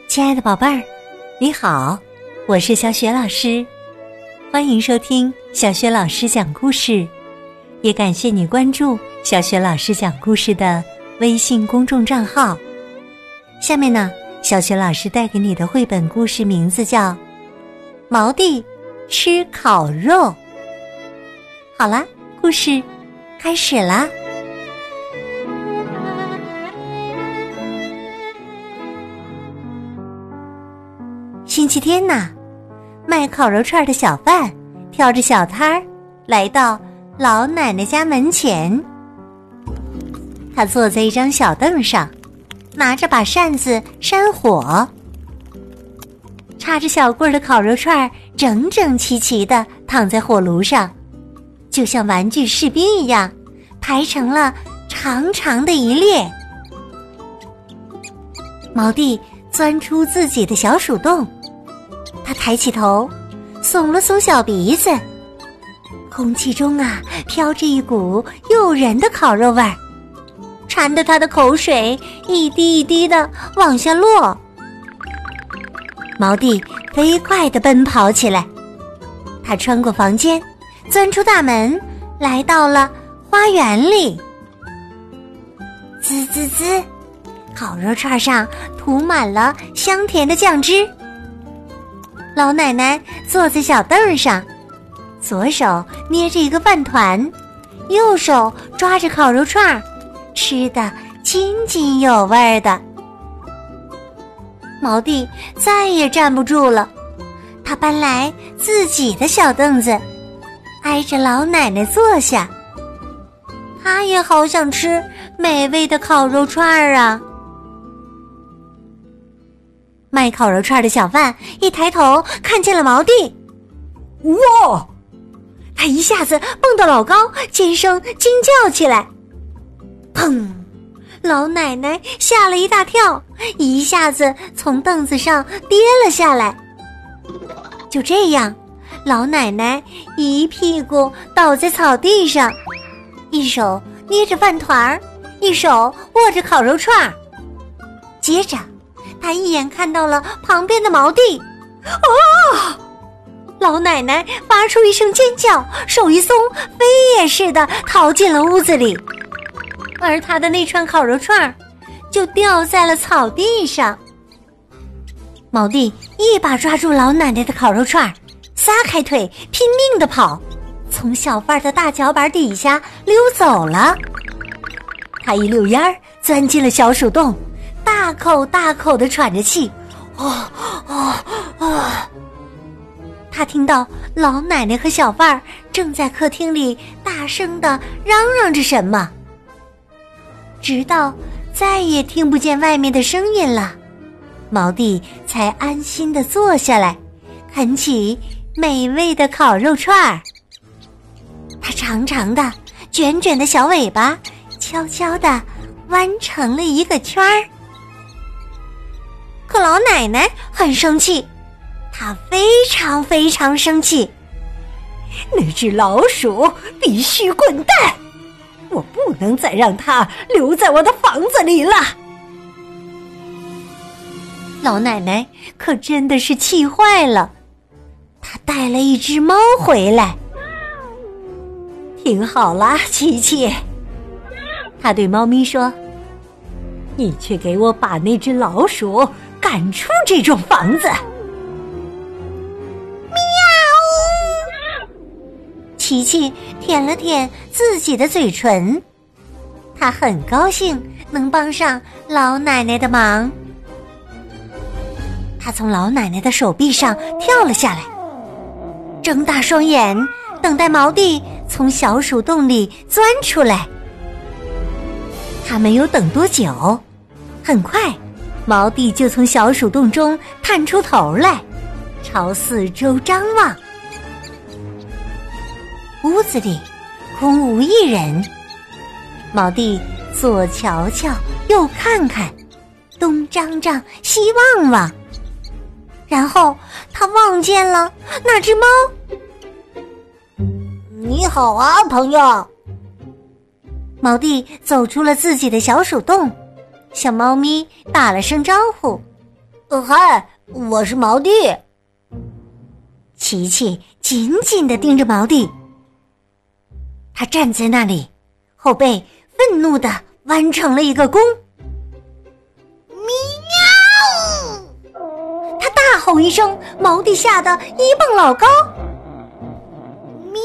亲爱的宝贝儿，你好，我是小雪老师，欢迎收听小雪老师讲故事，也感谢你关注小雪老师讲故事的微信公众账号。下面呢，小雪老师带给你的绘本故事名字叫《毛弟吃烤肉》。好啦，故事开始啦。星期天呐，卖烤肉串的小贩挑着小摊儿来到老奶奶家门前。他坐在一张小凳上，拿着把扇子扇火，插着小棍的烤肉串整整齐齐地躺在火炉上，就像玩具士兵一样，排成了长长的一列。毛弟钻出自己的小鼠洞，他抬起头，耸了耸小鼻子，空气中啊飘着一股诱人的烤肉味儿，馋得他的口水一滴一滴地往下落。毛弟飞快地奔跑起来，他穿过房间，钻出大门，来到了花园里。滋滋滋，烤肉串上涂满了香甜的酱汁。老奶奶坐在小凳上，左手捏着一个饭团，右手抓着烤肉串，吃得津津有味的。毛弟再也站不住了，他搬来自己的小凳子，挨着老奶奶坐下。他也好想吃美味的烤肉串啊！卖烤肉串的小贩一抬头看见了毛弟，哇！他一下子蹦得老高，尖声惊叫起来。砰！老奶奶吓了一大跳，一下子从凳子上跌了下来。就这样，老奶奶一屁股倒在草地上，一手捏着饭团，一手握着烤肉串。接着他一眼看到了旁边的毛弟，啊！老奶奶发出一声尖叫，手一松，飞也似的逃进了屋子里，而他的那串烤肉串就掉在了草地上。毛弟一把抓住老奶奶的烤肉串，撒开腿拼命地跑，从小贩的大脚板底下溜走了。他一溜烟儿钻进了小鼠洞，大口大口地喘着气，他听到老奶奶和小贩正在客厅里大声地嚷嚷着什么，直到再也听不见外面的声音了，毛弟才安心地坐下来，啃起美味的烤肉串儿。他长长的卷卷的小尾巴悄悄地弯成了一个圈儿。可老奶奶很生气，她非常非常生气。那只老鼠必须滚蛋，我不能再让它留在我的房子里了。老奶奶可真的是气坏了，她带了一只猫回来。听好了，琪琪，她对猫咪说，你去给我把那只老鼠赶出这幢房子。喵！琪琪舔了舔自己的嘴唇，他很高兴能帮上老奶奶的忙。他从老奶奶的手臂上跳了下来，睁大双眼等待毛弟从小鼠洞里钻出来。他没有等多久，很快毛弟就从小鼠洞中探出头来，朝四周张望。屋子里空无一人，毛弟左瞧瞧右看看，东张张西望望，然后他望见了那只猫。你好啊，朋友。毛弟走出了自己的小鼠洞，向猫咪打了声招呼。 嗨，我是毛弟。琪琪紧紧地盯着毛弟，他站在那里，后背愤怒地弯成了一个弓。喵！他大吼一声，毛弟吓得一蹦老高。喵！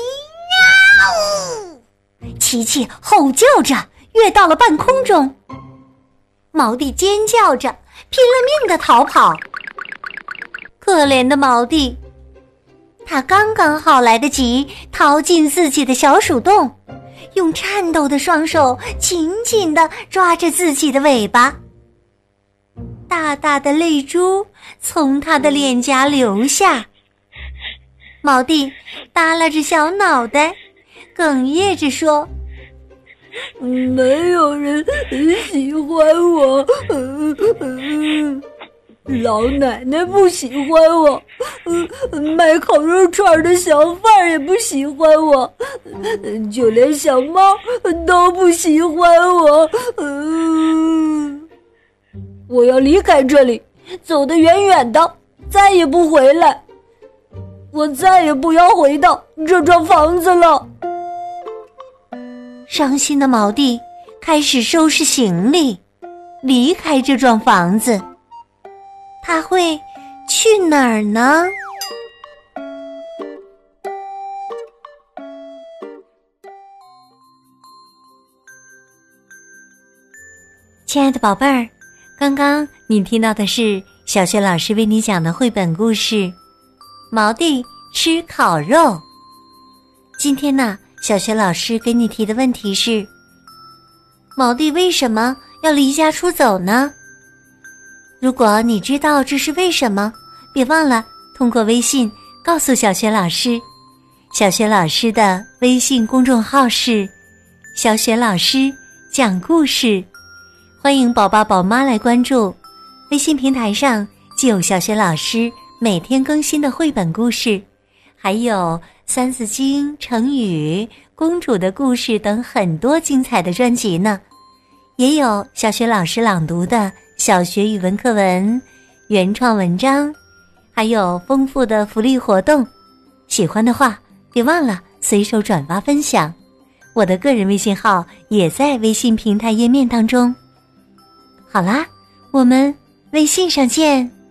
琪琪吼叫着跃到了半空中，毛弟尖叫着拼了命地逃跑。可怜的毛弟，他刚刚好来得及逃进自己的小鼠洞，用颤抖的双手紧紧地抓着自己的尾巴，大大的泪珠从他的脸颊流下。毛弟耷拉着小脑袋，哽咽着说：没有人喜欢我，老奶奶不喜欢我，卖烤肉串的小贩也不喜欢我，就连小猫都不喜欢我。我要离开这里，走得远远的，再也不回来。我再也不要回到这幢房子了。伤心的毛弟开始收拾行李，离开这幢房子。他会去哪儿呢？亲爱的宝贝儿，刚刚你听到的是小雪老师为你讲的绘本故事《毛弟吃烤肉》。今天呢，小雪老师给你提的问题是：毛弟为什么要离家出走呢？如果你知道这是为什么，别忘了通过微信告诉小雪老师。小雪老师的微信公众号是小雪老师讲故事，欢迎宝宝宝妈来关注。微信平台上既有小雪老师每天更新的绘本故事，还有三字经、成语、公主的故事等很多精彩的专辑呢，也有小雪老师朗读的小学语文课文、原创文章，还有丰富的福利活动。喜欢的话别忘了随手转发分享，我的个人微信号也在微信平台页面当中。好啦，我们微信上见。